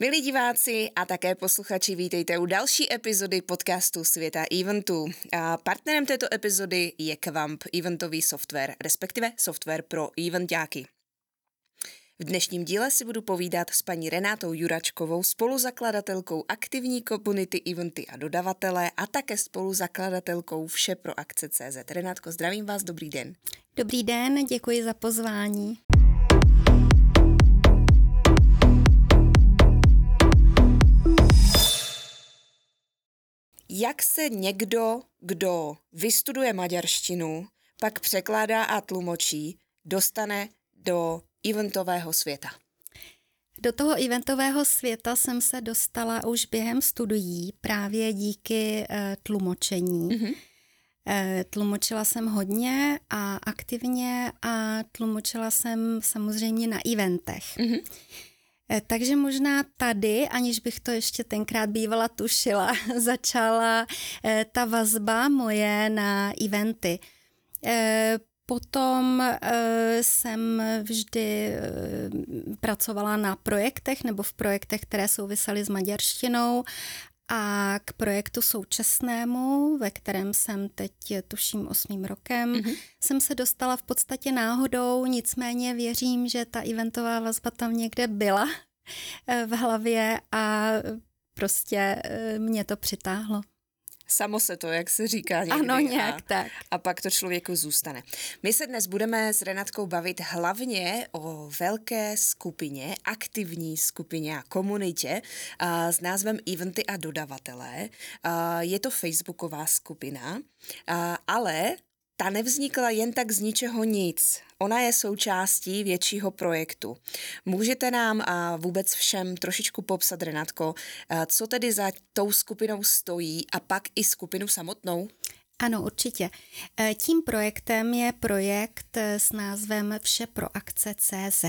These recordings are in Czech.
Milí diváci a také posluchači, vítejte u další epizody podcastu Světa eventů. A partnerem této epizody je Kvamp, eventový software, respektive software pro eventáky. V dnešním díle si budu povídat s paní Renátou Juračkovou, spoluzakladatelkou aktivní komunity Eventy a dodavatele a také spoluzakladatelkou Vše pro akce.cz. Renátko, zdravím vás, dobrý den. Dobrý den, děkuji za pozvání. Jak se někdo, kdo vystuduje maďarštinu, pak překládá a tlumočí, dostane do eventového světa? Do toho eventového světa jsem se dostala už během studií právě díky tlumočení. Mm-hmm. Tlumočila jsem hodně a aktivně a tlumočila jsem samozřejmě na eventech. Mm-hmm. Takže možná tady, aniž bych to ještě tenkrát bývala tušila, začala ta vazba moje na eventy. Potom jsem vždy pracovala na projektech nebo v projektech, které souvisely s maďarštinou a k projektu současnému, ve kterém jsem teď tuším 8. rokem, jsem se dostala v podstatě náhodou, nicméně věřím, že ta eventová vazba tam někde byla v hlavě a prostě mě to přitáhlo. Samo se to, jak se říká někdy. Ano, nějak tak. A pak to člověku zůstane. My se dnes budeme s Renátkou bavit hlavně o velké skupině, aktivní skupině a komunitě s názvem Eventy a dodavatelé. Je to facebooková skupina, ale ta nevznikla jen tak z ničeho nic. Ona je součástí většího projektu. Můžete nám a vůbec všem trošičku popsat, Renátko, co tedy za tou skupinou stojí a pak i skupinu samotnou? Ano, určitě. Tím projektem je projekt s názvem Vše pro akce.cz.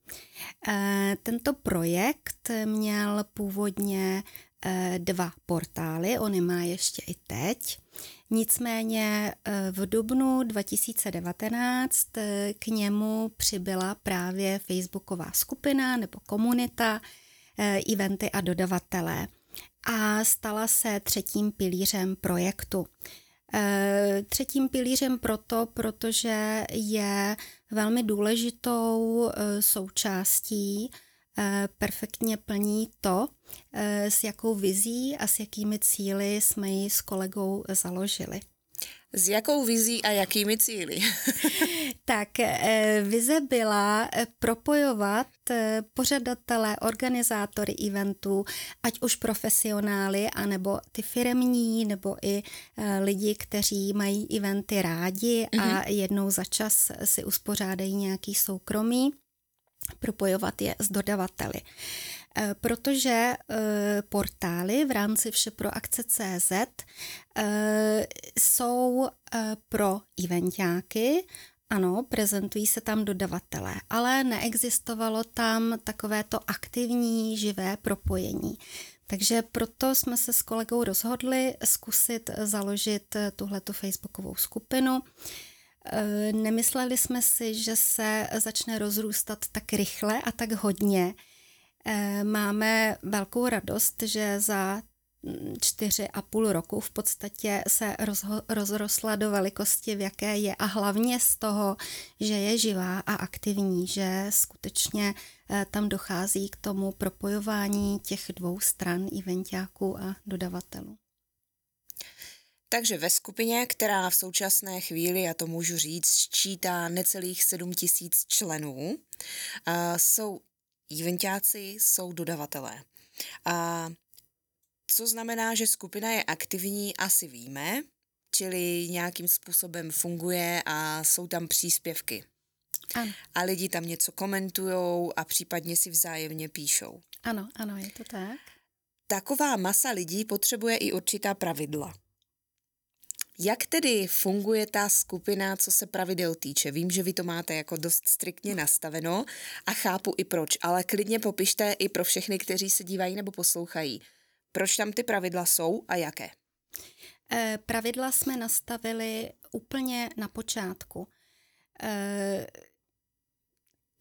Tento projekt měl původně 2 portály, on je má ještě i teď. Nicméně v dubnu 2019 k němu přibyla právě facebooková skupina nebo komunita Eventy a dodavatelé a stala se 3. pilířem projektu. 3. pilířem protože je velmi důležitou součástí, perfektně plní to, s jakou vizí a s jakými cíli jsme ji s kolegou založili. S jakou vizí a jakými cíli? Tak vize byla propojovat pořadatele, organizátory eventů, ať už profesionály, anebo ty firemní, nebo i lidi, kteří mají eventy rádi a jednou za čas si uspořádají nějaký soukromý, propojovat je s dodavateli. Protože portály v rámci Vše pro akce.cz jsou pro eventáky, ano, prezentují se tam dodavatelé, ale neexistovalo tam takovéto aktivní, živé propojení. Takže proto jsme se s kolegou rozhodli zkusit založit tuhletu facebookovou skupinu. Nemysleli jsme si, že se začne rozrůstat tak rychle a tak hodně. Máme velkou radost, že za 4,5 roku v podstatě se rozrostla do velikosti, v jaké je a hlavně z toho, že je živá a aktivní, že skutečně tam dochází k tomu propojování těch 2 stran eventáků a dodavatelů. Takže ve skupině, která v současné chvíli, já to můžu říct, sčítá necelých 7 000 členů, jsou eventáci, jsou dodavatelé. A co znamená, že skupina je aktivní, asi víme, čili nějakým způsobem funguje a jsou tam příspěvky. Ano. A lidi tam něco komentujou a případně si vzájemně píšou. Ano, je to tak. Taková masa lidí potřebuje i určitá pravidla. Jak tedy funguje ta skupina, co se pravidel týče? Vím, že vy to máte jako dost striktně nastaveno a chápu i proč, ale klidně popište i pro všechny, kteří se dívají nebo poslouchají. Proč tam ty pravidla jsou a jaké? Pravidla jsme nastavili úplně na počátku.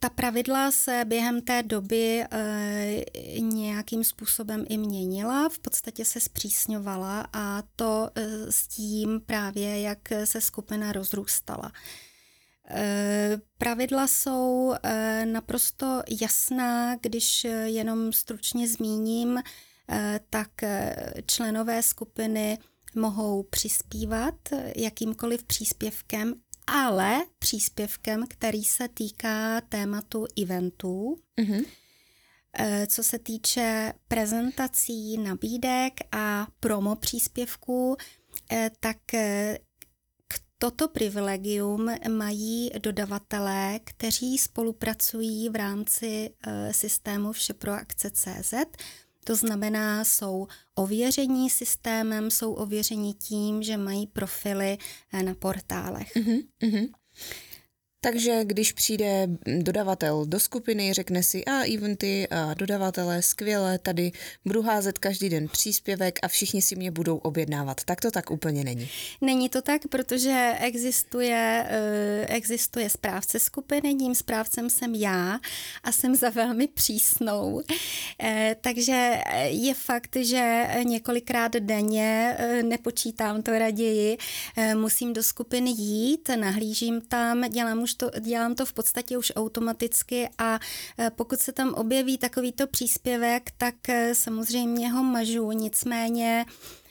Ta pravidla se během té doby nějakým způsobem i měnila, v podstatě se zpřísňovala a to s tím právě, jak se skupina rozrůstala. Pravidla jsou naprosto jasná, když jenom stručně zmíním, tak členové skupiny mohou přispívat jakýmkoliv příspěvkem, ale příspěvkem, který se týká tématu eventů. Mm-hmm. Co se týče prezentací, nabídek a promo příspěvků, tak toto privilegium mají dodavatelé, kteří spolupracují v rámci systému všeproakce.cz. To znamená, jsou ověření systémem, jsou ověření tím, že mají profily na portálech. Mm-hmm. Takže když přijde dodavatel do skupiny, řekne si eventy a dodavatelé, skvěle, tady budu házet každý den příspěvek a všichni si mě budou objednávat. Tak to tak úplně není. Není to tak, protože existuje správce skupiny, tím správcem jsem já a jsem za velmi přísnou. Takže je fakt, že několikrát denně, nepočítám to raději, musím do skupiny jít, nahlížím tam, dělám to v podstatě už automaticky a pokud se tam objeví takovýto příspěvek, tak samozřejmě ho mažu, nicméně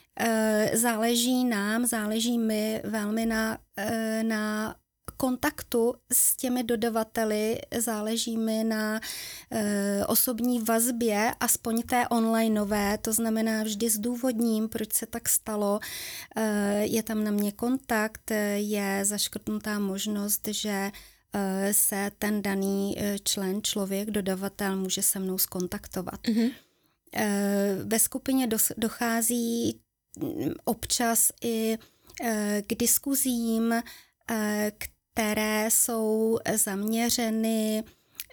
záleží mi velmi na kontaktu s těmi dodavateli, záleží mi na osobní vazbě, aspoň té onlineové, to znamená vždy zdůvodním, proč se tak stalo, je tam na mě kontakt, je zaškrtnutá možnost, že se ten daný člověk, dodavatel může se mnou zkontaktovat. Mm-hmm. Ve skupině dochází občas i k diskuzím, které jsou zaměřeny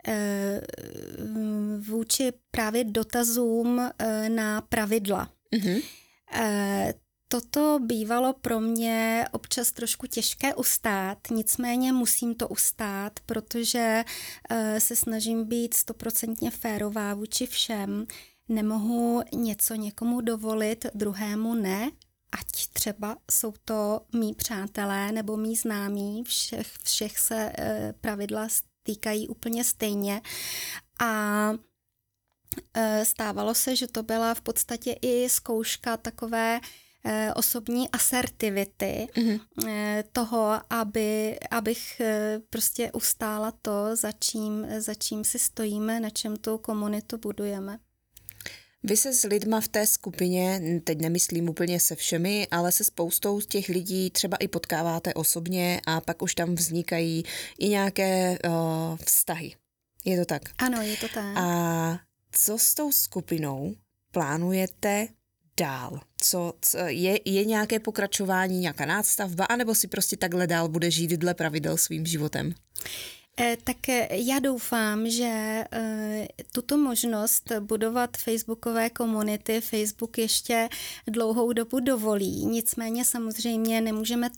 vůči právě dotazům na pravidla. Mm-hmm. Toto bývalo pro mě občas trošku těžké ustát, nicméně musím to ustát, protože se snažím být 100% férová vůči všem. Nemohu něco někomu dovolit, druhému ne, ať třeba jsou to mý přátelé nebo mý známí, všech se pravidla týkají úplně stejně. A stávalo se, že to byla v podstatě i zkouška takové osobní asertivity, toho, abych prostě ustála to, za čím si stojíme, na čem tu komunitu budujeme. Vy se s lidma v té skupině, teď nemyslím úplně se všemi, ale se spoustou těch lidí třeba i potkáváte osobně a pak už tam vznikají i nějaké vztahy. Je to tak? Ano, je to tak. A co s tou skupinou plánujete dál? Co je nějaké pokračování, nějaká nástavba, anebo si prostě takhle dál bude žít dle pravidel svým životem? Tak já doufám, že tuto možnost budovat facebookové komunity Facebook ještě dlouhou dobu dovolí. Nicméně samozřejmě nemůžeme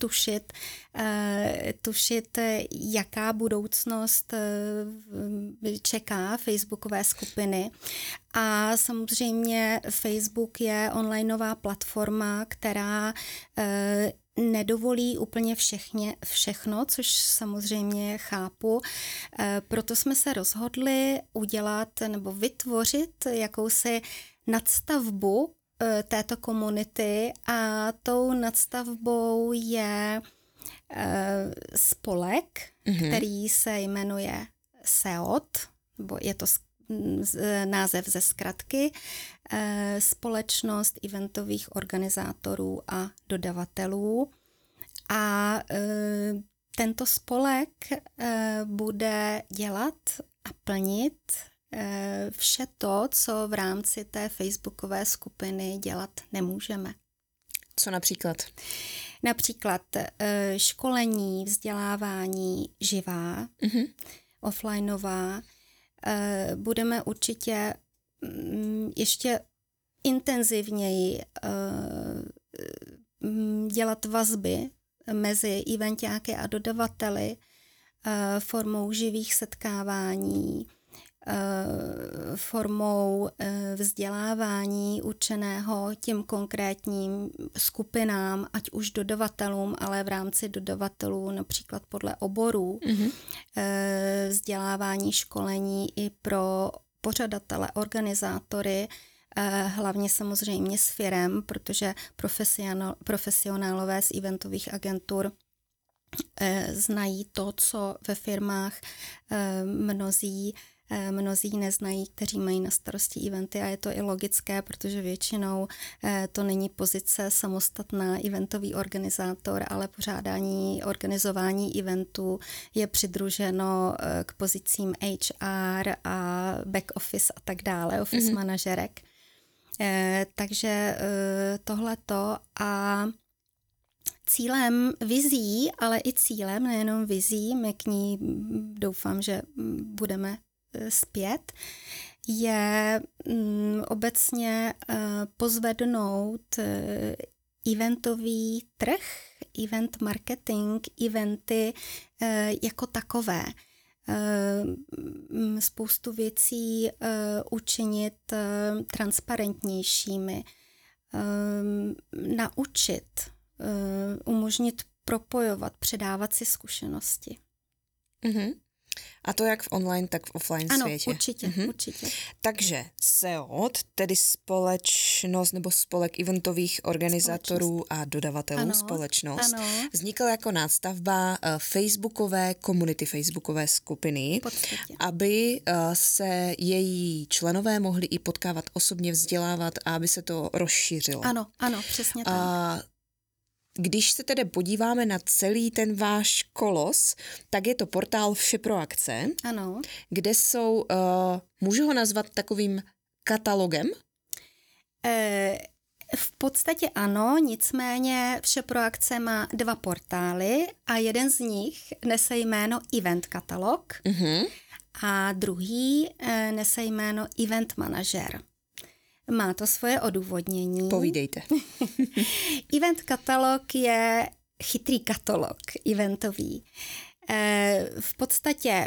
tušit, jaká budoucnost čeká facebookové skupiny. A samozřejmě Facebook je onlineová platforma, která nedovolí úplně všechno, což samozřejmě chápu. Proto jsme se rozhodli udělat nebo vytvořit jakousi nadstavbu této komunity a tou nadstavbou je spolek, který se jmenuje SEOT, nebo je to název ze zkratky, Společnost eventových organizátorů a dodavatelů. A tento spolek bude dělat a plnit vše to, co v rámci té facebookové skupiny dělat nemůžeme. Co například? Například školení, vzdělávání živá, offlineová. Budeme určitě ještě intenzivněji dělat vazby mezi eventáky a dodavateli formou živých setkávání, formou vzdělávání určeného tím konkrétním skupinám, ať už dodavatelům, ale v rámci dodavatelů například podle oborů, vzdělávání, školení i pro pořadatele, organizátory, hlavně samozřejmě s firem, protože profesionálové z eventových agentur znají to, co ve firmách mnozí neznají, kteří mají na starosti eventy, a je to i logické, protože většinou to není pozice samostatná eventový organizátor, ale organizování eventů je přidruženo k pozicím HR a back office a tak dále, office manažerek. Takže tohleto a cílem, vizí, ale i cílem, nejenom vizí, my k ní doufám, že budeme zpět, je obecně pozvednout eventový trh, event marketing, eventy jako takové. Spoustu věcí učinit transparentnějšími, naučit, umožnit propojovat, předávat si zkušenosti. Mm-hmm. A to jak v online, tak v offline světě. Ano, určitě. Takže SEOT, tedy společnost nebo spolek eventových organizátorů a dodavatelů, společnost, vznikl jako nástavba facebookové komunity, facebookové skupiny, aby se její členové mohli i potkávat osobně, vzdělávat a aby se to rozšířilo. Ano, přesně tak. Když se tedy podíváme na celý ten váš kolos, tak je to portál Vše pro akce, kde jsou, můžu ho nazvat takovým katalogem? V podstatě ano, nicméně Vše pro akce má 2 portály a jeden z nich nese jméno Event katalog a druhý nese jméno Event manažer. Má to svoje odůvodnění. Povídejte. Event katalog je chytrý katalog eventový. V podstatě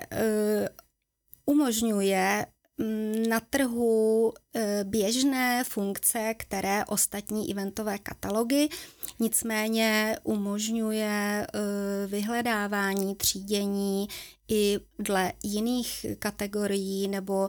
umožňuje na trhu běžné funkce, které ostatní eventové katalogy, nicméně umožňuje vyhledávání, třídění i dle jiných kategorií nebo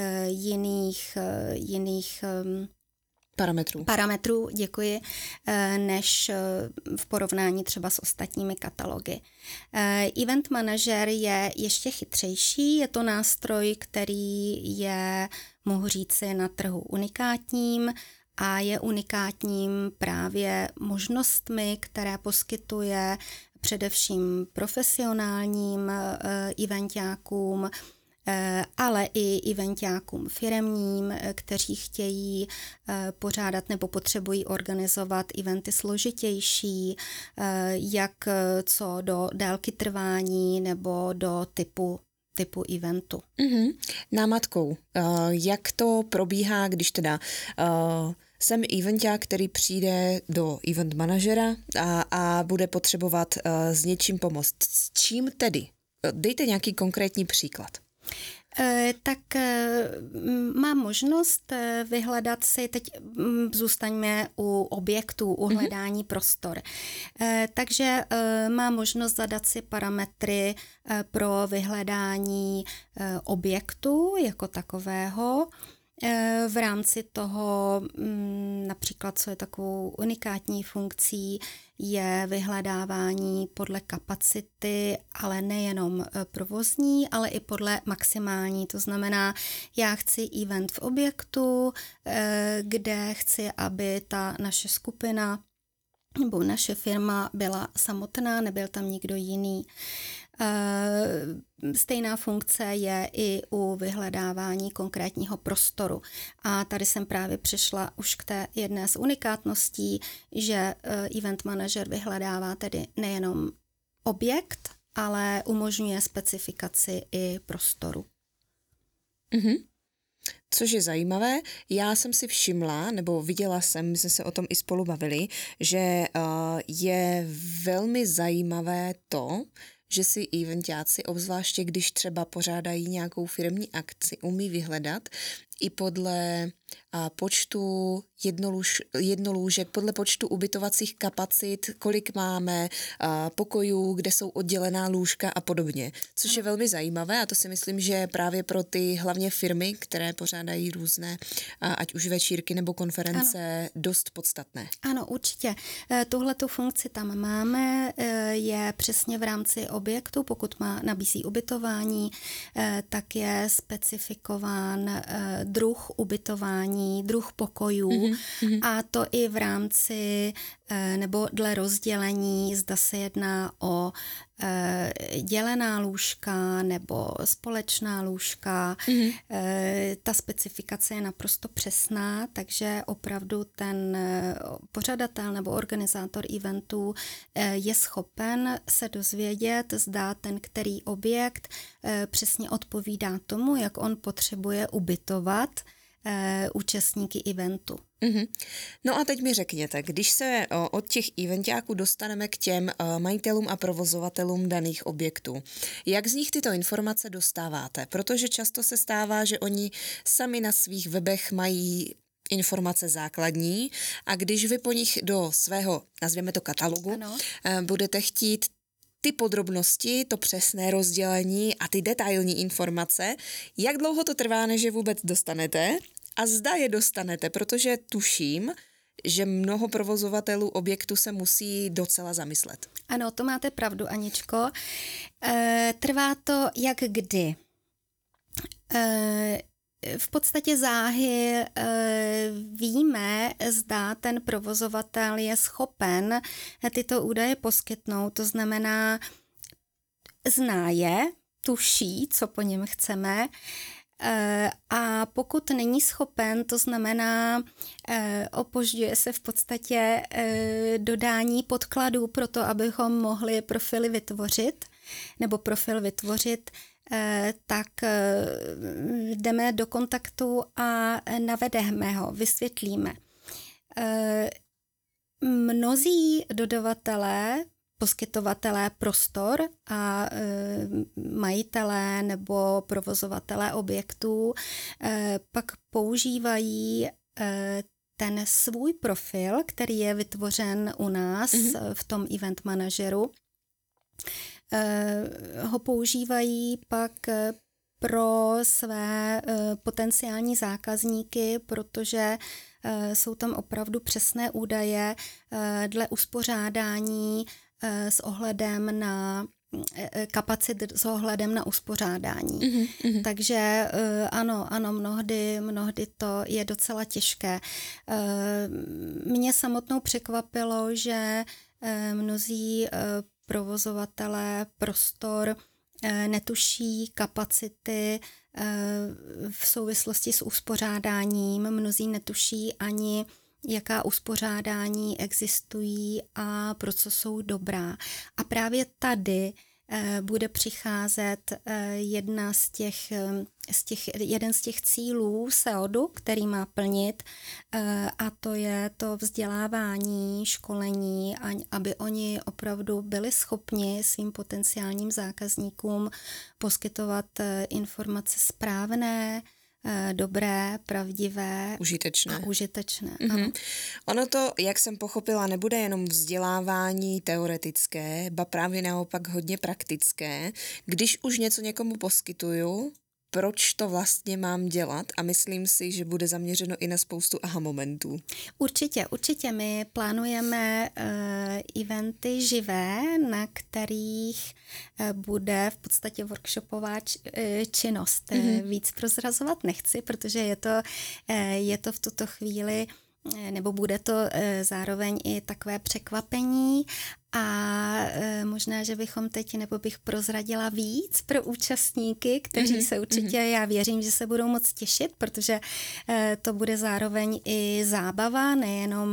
jiných parametrů, děkuji, než v porovnání třeba s ostatními katalogy. Event manažer je ještě chytřejší, je to nástroj, který je, mohu říci, na trhu unikátním a je unikátním právě možnostmi, které poskytuje především profesionálním eventákům, ale i eventákům firemním, kteří chtějí pořádat nebo potřebují organizovat eventy složitější, jak co do délky trvání nebo do typu eventu. Námatkou, jak to probíhá, když teda jsem eventák, který přijde do event manažera a bude potřebovat s něčím pomoct. S čím tedy? Dejte nějaký konkrétní příklad. Tak mám možnost vyhledat si, teď zůstaňme u objektů, u hledání prostor. Takže mám možnost zadat si parametry pro vyhledání objektu jako takového. V rámci toho například, co je takovou unikátní funkcí, je vyhledávání podle kapacity, ale nejenom provozní, ale i podle maximální. To znamená, já chci event v objektu, kde chci, aby ta naše skupina nebo naše firma byla samotná, nebyl tam nikdo jiný. Stejná funkce je i u vyhledávání konkrétního prostoru. A tady jsem právě přišla už k té jedné z unikátností, že event manažer vyhledává tedy nejenom objekt, ale umožňuje specifikaci i prostoru. Což je zajímavé, já jsem si všimla, nebo viděla jsem, my jsme se o tom i spolu bavili, že je velmi zajímavé to, že si eventáci, obzvláště když třeba pořádají nějakou firemní akci, umí vyhledat i podle počtu jednolůžek, podle počtu ubytovacích kapacit, kolik máme pokojů, kde jsou oddělená lůžka a podobně. Což je velmi zajímavé a to si myslím, že právě pro ty hlavně firmy, které pořádají různé, ať už večírky nebo konference, dost podstatné. Ano, určitě. Tuhletu funkci tam máme, je přesně v rámci objektu, pokud nabízí ubytování, tak je specifikován druh ubytování, druh pokojů a to i v rámci nebo dle rozdělení, zda se jedná o dělená lůžka nebo společná lůžka. Ta specifikace je naprosto přesná, takže opravdu ten pořadatel nebo organizátor eventů je schopen se dozvědět, zda ten který objekt přesně odpovídá tomu, jak on potřebuje ubytovat účastníky eventu. No a teď mi řekněte, když se od těch eventáků dostaneme k těm majitelům a provozovatelům daných objektů, jak z nich tyto informace dostáváte? Protože často se stává, že oni sami na svých webech mají informace základní a když vy po nich do svého, nazvěme to katalogu, budete chtít ty podrobnosti, to přesné rozdělení a ty detailní informace, jak dlouho to trvá, než je vůbec dostanete a zda je dostanete, protože tuším, že mnoho provozovatelů objektu se musí docela zamyslet. Ano, to máte pravdu, Aničko. Trvá to jak kdy. V podstatě záhy víme, zda ten provozovatel je schopen tyto údaje poskytnout, to znamená zná je, tuší, co po něm chceme, a pokud není schopen, to znamená opožďuje se v podstatě dodání podkladů pro to, abychom mohli profil vytvořit, tak jdeme do kontaktu a navedeme ho, vysvětlíme. Mnozí dodavatelé, poskytovatelé prostor a majitelé nebo provozovatelé objektů pak používají ten svůj profil, který je vytvořen u nás v tom event manažeru, ho používají pak pro své potenciální zákazníky, protože jsou tam opravdu přesné údaje dle uspořádání s ohledem na kapacit s ohledem na uspořádání. Takže ano, mnohdy to je docela těžké. Mě samotnou překvapilo, že mnozí provozovatelé prostor netuší kapacity v souvislosti s uspořádáním, mnozí netuší ani, jaká uspořádání existují a pro co jsou dobrá. A právě tady bude přicházet jeden z těch cílů SEODu, který má plnit, a to je to vzdělávání, školení, aby oni opravdu byli schopni svým potenciálním zákazníkům poskytovat informace správné, dobré, pravdivé, užitečné. Ano. Ono to, jak jsem pochopila, nebude jenom vzdělávání teoretické, ba právě naopak hodně praktické. Když už něco někomu poskytuju, proč to vlastně mám dělat a myslím si, že bude zaměřeno i na spoustu aha momentů. Určitě. My plánujeme eventy živé, na kterých bude v podstatě workshopová činnost. Víc prozrazovat nechci, protože je to v tuto chvíli nebo bude to zároveň i takové překvapení a možná, že bychom teď, nebo bych prozradila víc pro účastníky, kteří se určitě, já věřím, že se budou moc těšit, protože to bude zároveň i zábava, nejenom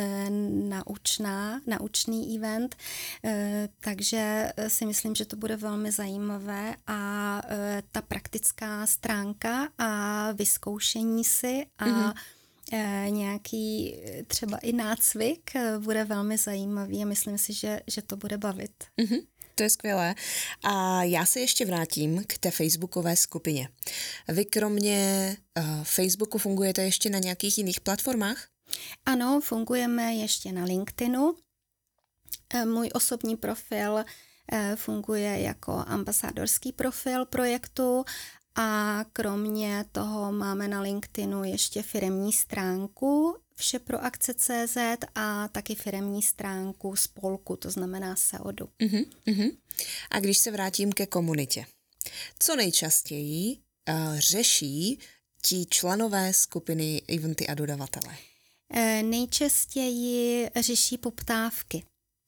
naučný event, takže si myslím, že to bude velmi zajímavé a ta praktická stránka a vyzkoušení si a nějaký třeba i nácvik bude velmi zajímavý a myslím si, že to bude bavit. to je skvělé. A já se ještě vrátím k té facebookové skupině. Vy kromě Facebooku fungujete ještě na nějakých jiných platformách? Ano, fungujeme ještě na LinkedInu. Můj osobní profil funguje jako ambasadorský profil projektu a kromě toho máme na LinkedInu ještě firemní stránku všeproakce.cz a taky firemní stránku spolku, to znamená SEODu. A když se vrátím ke komunitě, co nejčastěji řeší ti členové skupiny eventy a dodavatele? Nejčastěji řeší poptávky.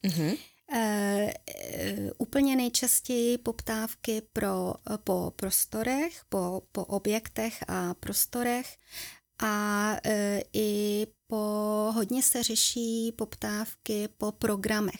Úplně nejčastěji poptávky po prostorech, po objektech a prostorech a i hodně se řeší poptávky po programech.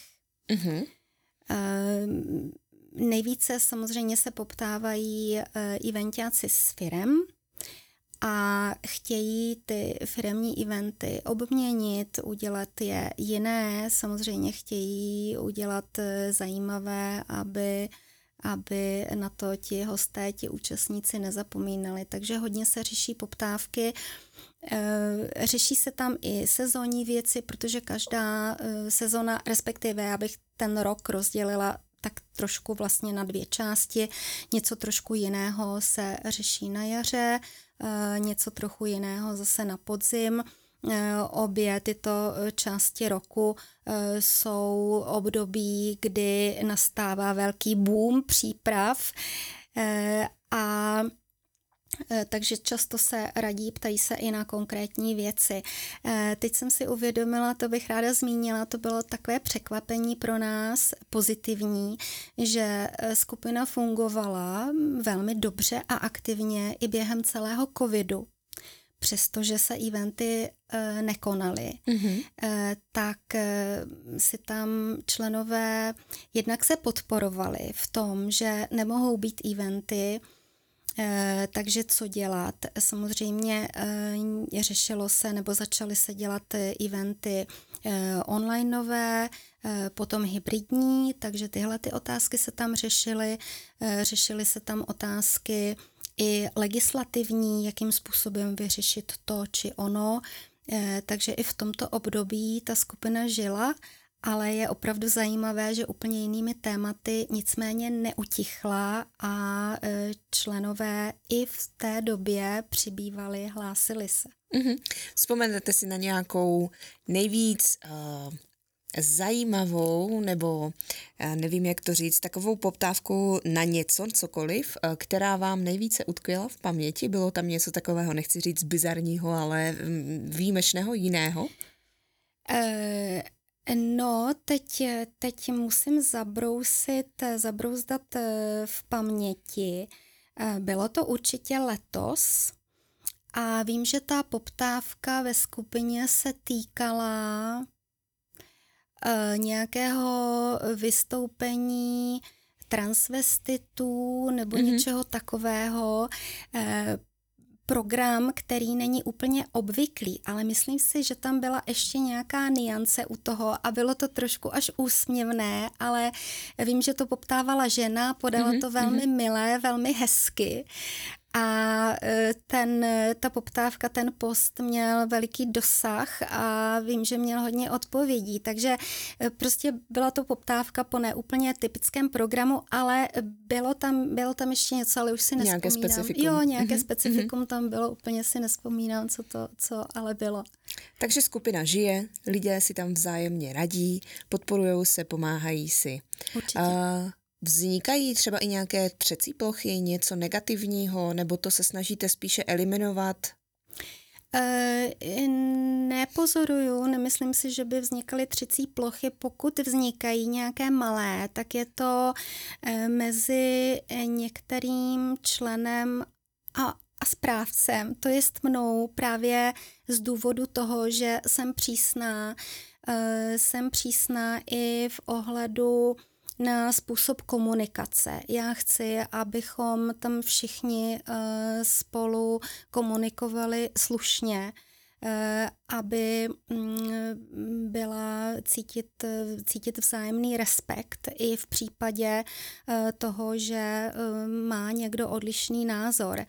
Nejvíce samozřejmě se poptávají eventáci s firem a chtějí ty firemní eventy obměnit, udělat je jiné, samozřejmě chtějí udělat zajímavé, aby na to ti hosté, ti účastníci nezapomínali. Takže hodně se řeší poptávky. Řeší se tam i sezónní věci, protože každá sezona, respektive já bych ten rok rozdělila tak trošku vlastně na dvě části. Něco trošku jiného se řeší na jaře, něco trochu jiného zase na podzim. Obě tyto části roku jsou období, kdy nastává velký boom příprav a takže často se radí, ptají se i na konkrétní věci. Teď jsem si uvědomila, to bych ráda zmínila, to bylo takové překvapení pro nás pozitivní, že skupina fungovala velmi dobře a aktivně i během celého covidu. Přestože se eventy nekonaly, tak si tam členové jednak se podporovali v tom, že nemohou být eventy, takže co dělat? Samozřejmě řešilo se nebo začaly se dělat eventy onlineové, potom hybridní, takže tyhle ty otázky se tam řešily. Řešily se tam otázky i legislativní, jakým způsobem vyřešit to či ono. Takže i v tomto období ta skupina žila, ale je opravdu zajímavé, že úplně jinými tématy nicméně neutichla a členové i v té době přibývali, hlásili se. Vzpomenete si na nějakou nejvíc zajímavou, nebo nevím, jak to říct, takovou poptávku na něco, cokoliv, která vám nejvíce utkvěla v paměti? Bylo tam něco takového, nechci říct bizarního, ale výjimečného, jiného? No, teď musím zabrouzdat v paměti. Bylo to určitě letos a vím, že ta poptávka ve skupině se týkala nějakého vystoupení transvestitů nebo něčeho takového. Program, který není úplně obvyklý, ale myslím si, že tam byla ještě nějaká nuance u toho a bylo to trošku až úsměvné, ale vím, že to poptávala žena, podala to velmi milé, velmi hezky a ta poptávka, ten post měl veliký dosah a vím, že měl hodně odpovědí, takže prostě byla to poptávka po neúplně typickém programu, ale bylo tam ještě něco, ale už si nespomínám. Nějaké specifikum. Jo, nějaké specifikum tam bylo, úplně si nespomínám, co ale bylo. Takže skupina žije, lidé si tam vzájemně radí, podporujou se, pomáhají si. Určitě. Vznikají třeba i nějaké třecí plochy, něco negativního, nebo to se snažíte spíše eliminovat? Nepozoruju, nemyslím si, že by vznikaly třecí plochy. Pokud vznikají nějaké malé, tak je to mezi některým členem a správcem, to jest mnou právě z důvodu toho, že jsem přísná i v ohledu na způsob komunikace. Já chci, abychom tam všichni spolu komunikovali slušně, aby byla cítit vzájemný respekt i v případě toho, že má někdo odlišný názor.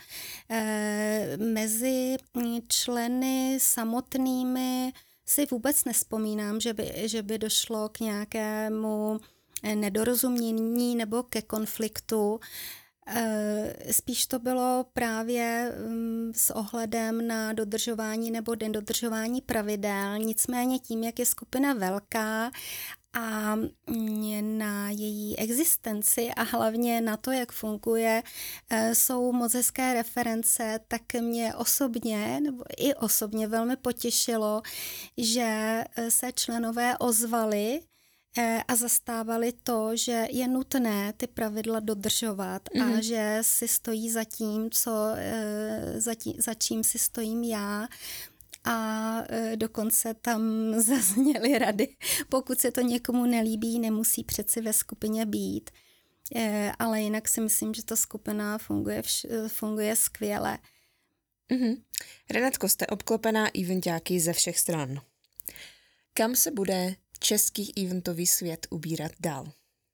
Mezi členy samotnými si vůbec nevzpomínám, že by došlo k nějakému nedorozumění nebo ke konfliktu. Spíš to bylo právě s ohledem na dodržování nebo nedodržování pravidel, nicméně tím, jak je skupina velká a na její existenci a hlavně na to, jak funguje, jsou moc hezké reference, tak mě osobně, nebo i osobně velmi potěšilo, že se členové ozvali a zastávali to, že je nutné ty pravidla dodržovat a že si stojí za tím, za čím si stojím já. A dokonce tam zazněly rady. Pokud se to někomu nelíbí, nemusí přeci ve skupině být. Ale jinak si myslím, že ta skupina funguje skvěle. Renatko, jste obklopená eventáky ze všech stran. Kam se bude český eventový svět ubírat dál?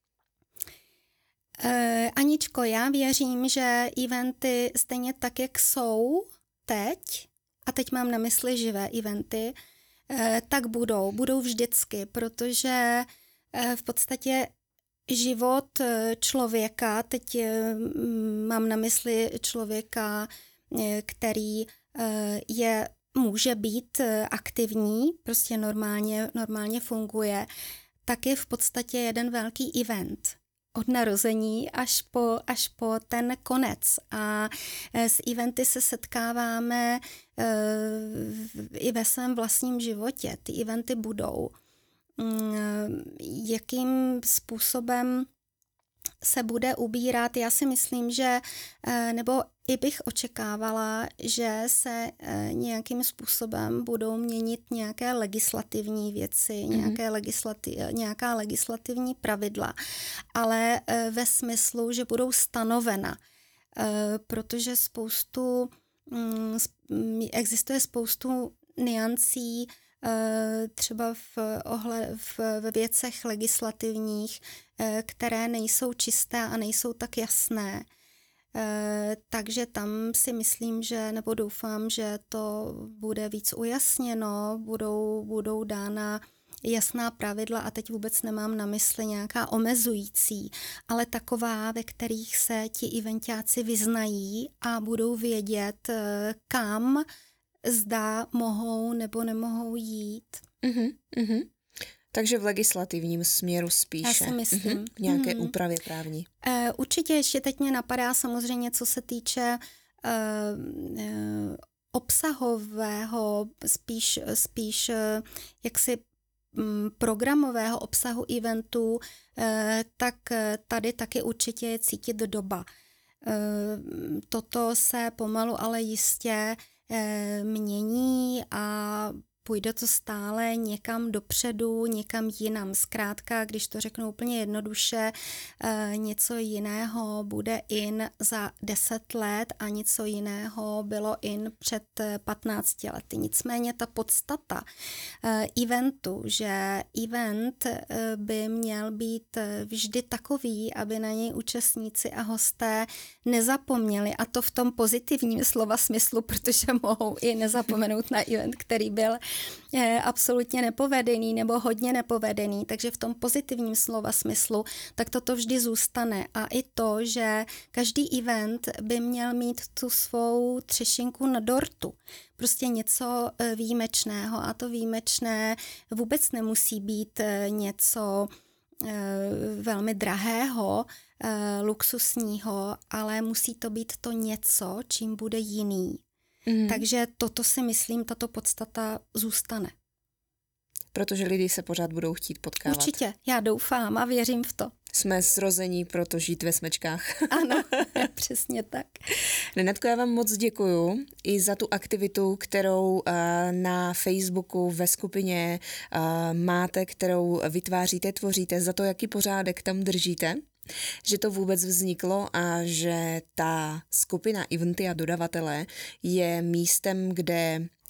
Aničko, já věřím, že eventy stejně tak, jak jsou teď, a teď mám na mysli živé eventy, tak budou vždycky, protože v podstatě život člověka, teď mám na mysli člověka, který může být aktivní, prostě normálně funguje, tak je v podstatě jeden velký event. Od narození až po ten konec. A s eventy se setkáváme i ve svém vlastním životě. Ty eventy budou. Jakým způsobem se bude ubírat, já si myslím, že, nebo i bych očekávala, že se nějakým způsobem budou měnit nějaké legislativní věci, nějaká legislativní pravidla, ale ve smyslu, že budou stanovena, protože existuje spoustu nuancí, třeba ve věcech legislativních, které nejsou čisté a nejsou tak jasné. Takže tam si myslím, nebo doufám, že to bude víc ujasněno, budou dána jasná pravidla a teď vůbec nemám na mysli nějaká omezující, ale taková, ve kterých se ti eventáci vyznají a budou vědět, kam zda mohou nebo nemohou jít. Takže v legislativním směru spíše. Já si myslím. Nějaké úpravy právní. Určitě ještě teď mě napadá samozřejmě, co se týče obsahového, spíš jaksi programového obsahu eventů, tak tady taky určitě je cítit doba. Toto se pomalu, ale jistě mění a půjde to stále někam dopředu, někam jinam. Zkrátka, když to řeknu úplně jednoduše, něco jiného bude in za 10 let a něco jiného bylo in před 15 lety. Nicméně ta podstata eventu, že event by měl být vždy takový, aby na něj účastníci a hosté nezapomněli, a to v tom pozitivním slova smyslu, protože mohou i nezapomenout na event, který byl absolutně nepovedený nebo hodně nepovedený, takže v tom pozitivním slova smyslu, tak toto vždy zůstane. A i to, že každý event by měl mít tu svou třešinku na dortu. Prostě něco výjimečného, a to výjimečné vůbec nemusí být něco velmi drahého, luxusního, ale musí to být to něco, čím bude jiný. Takže toto si myslím, tato podstata zůstane. Protože lidi se pořád budou chtít potkávat. Určitě, já doufám a věřím v to. Jsme zrození proto žít ve smečkách. Ano, přesně tak. Renatko, já vám moc děkuju i za tu aktivitu, kterou na Facebooku ve skupině máte, kterou vytváříte, tvoříte, za to, jaký pořádek tam držíte, že to vůbec vzniklo a že ta skupina Eventy a dodavatelé je místem, kde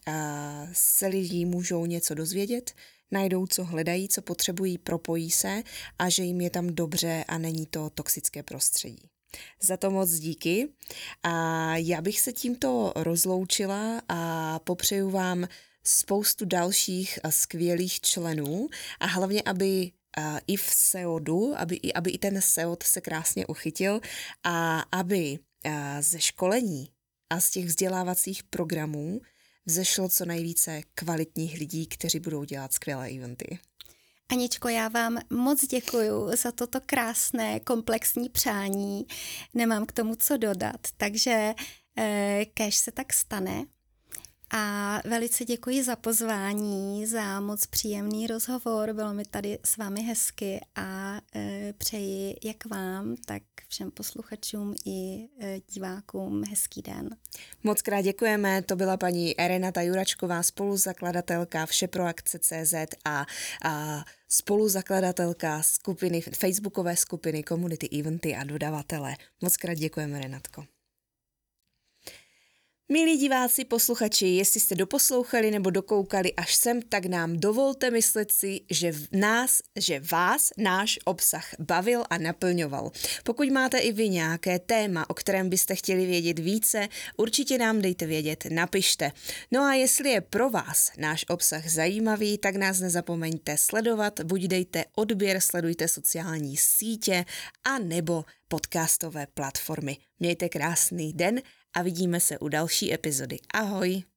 se lidi můžou něco dozvědět, najdou, co hledají, co potřebují, propojí se a že jim je tam dobře a není to toxické prostředí. Za to moc díky a já bych se tímto rozloučila a popřeju vám spoustu dalších skvělých členů a hlavně, aby i v SEODu, aby i ten SEOD se krásně uchytil a aby ze školení a z těch vzdělávacích programů vzešlo co nejvíce kvalitních lidí, kteří budou dělat skvělé eventy. Aničko, já vám moc děkuju za toto krásné komplexní přání. Nemám k tomu co dodat, takže kéž se tak stane. A velice děkuji za pozvání, za moc příjemný rozhovor, bylo mi tady s vámi hezky a přeji jak vám, tak všem posluchačům i divákům hezký den. Moc krát děkujeme, to byla paní Renata Juračková, spoluzakladatelka Všeproakce.cz a spoluzakladatelka facebookové skupiny Komunity Eventy a dodavatele. Moc krát děkujeme, Renatko. Milí diváci, posluchači, jestli jste doposlouchali nebo dokoukali až sem, tak nám dovolte myslet si, že vás náš obsah bavil a naplňoval. Pokud máte i vy nějaké téma, o kterém byste chtěli vědět více, určitě nám dejte vědět, napište. No a jestli je pro vás náš obsah zajímavý, tak nás nezapomeňte sledovat, buď dejte odběr, sledujte sociální sítě a nebo podcastové platformy. Mějte krásný den a vidíme se u další epizody. Ahoj!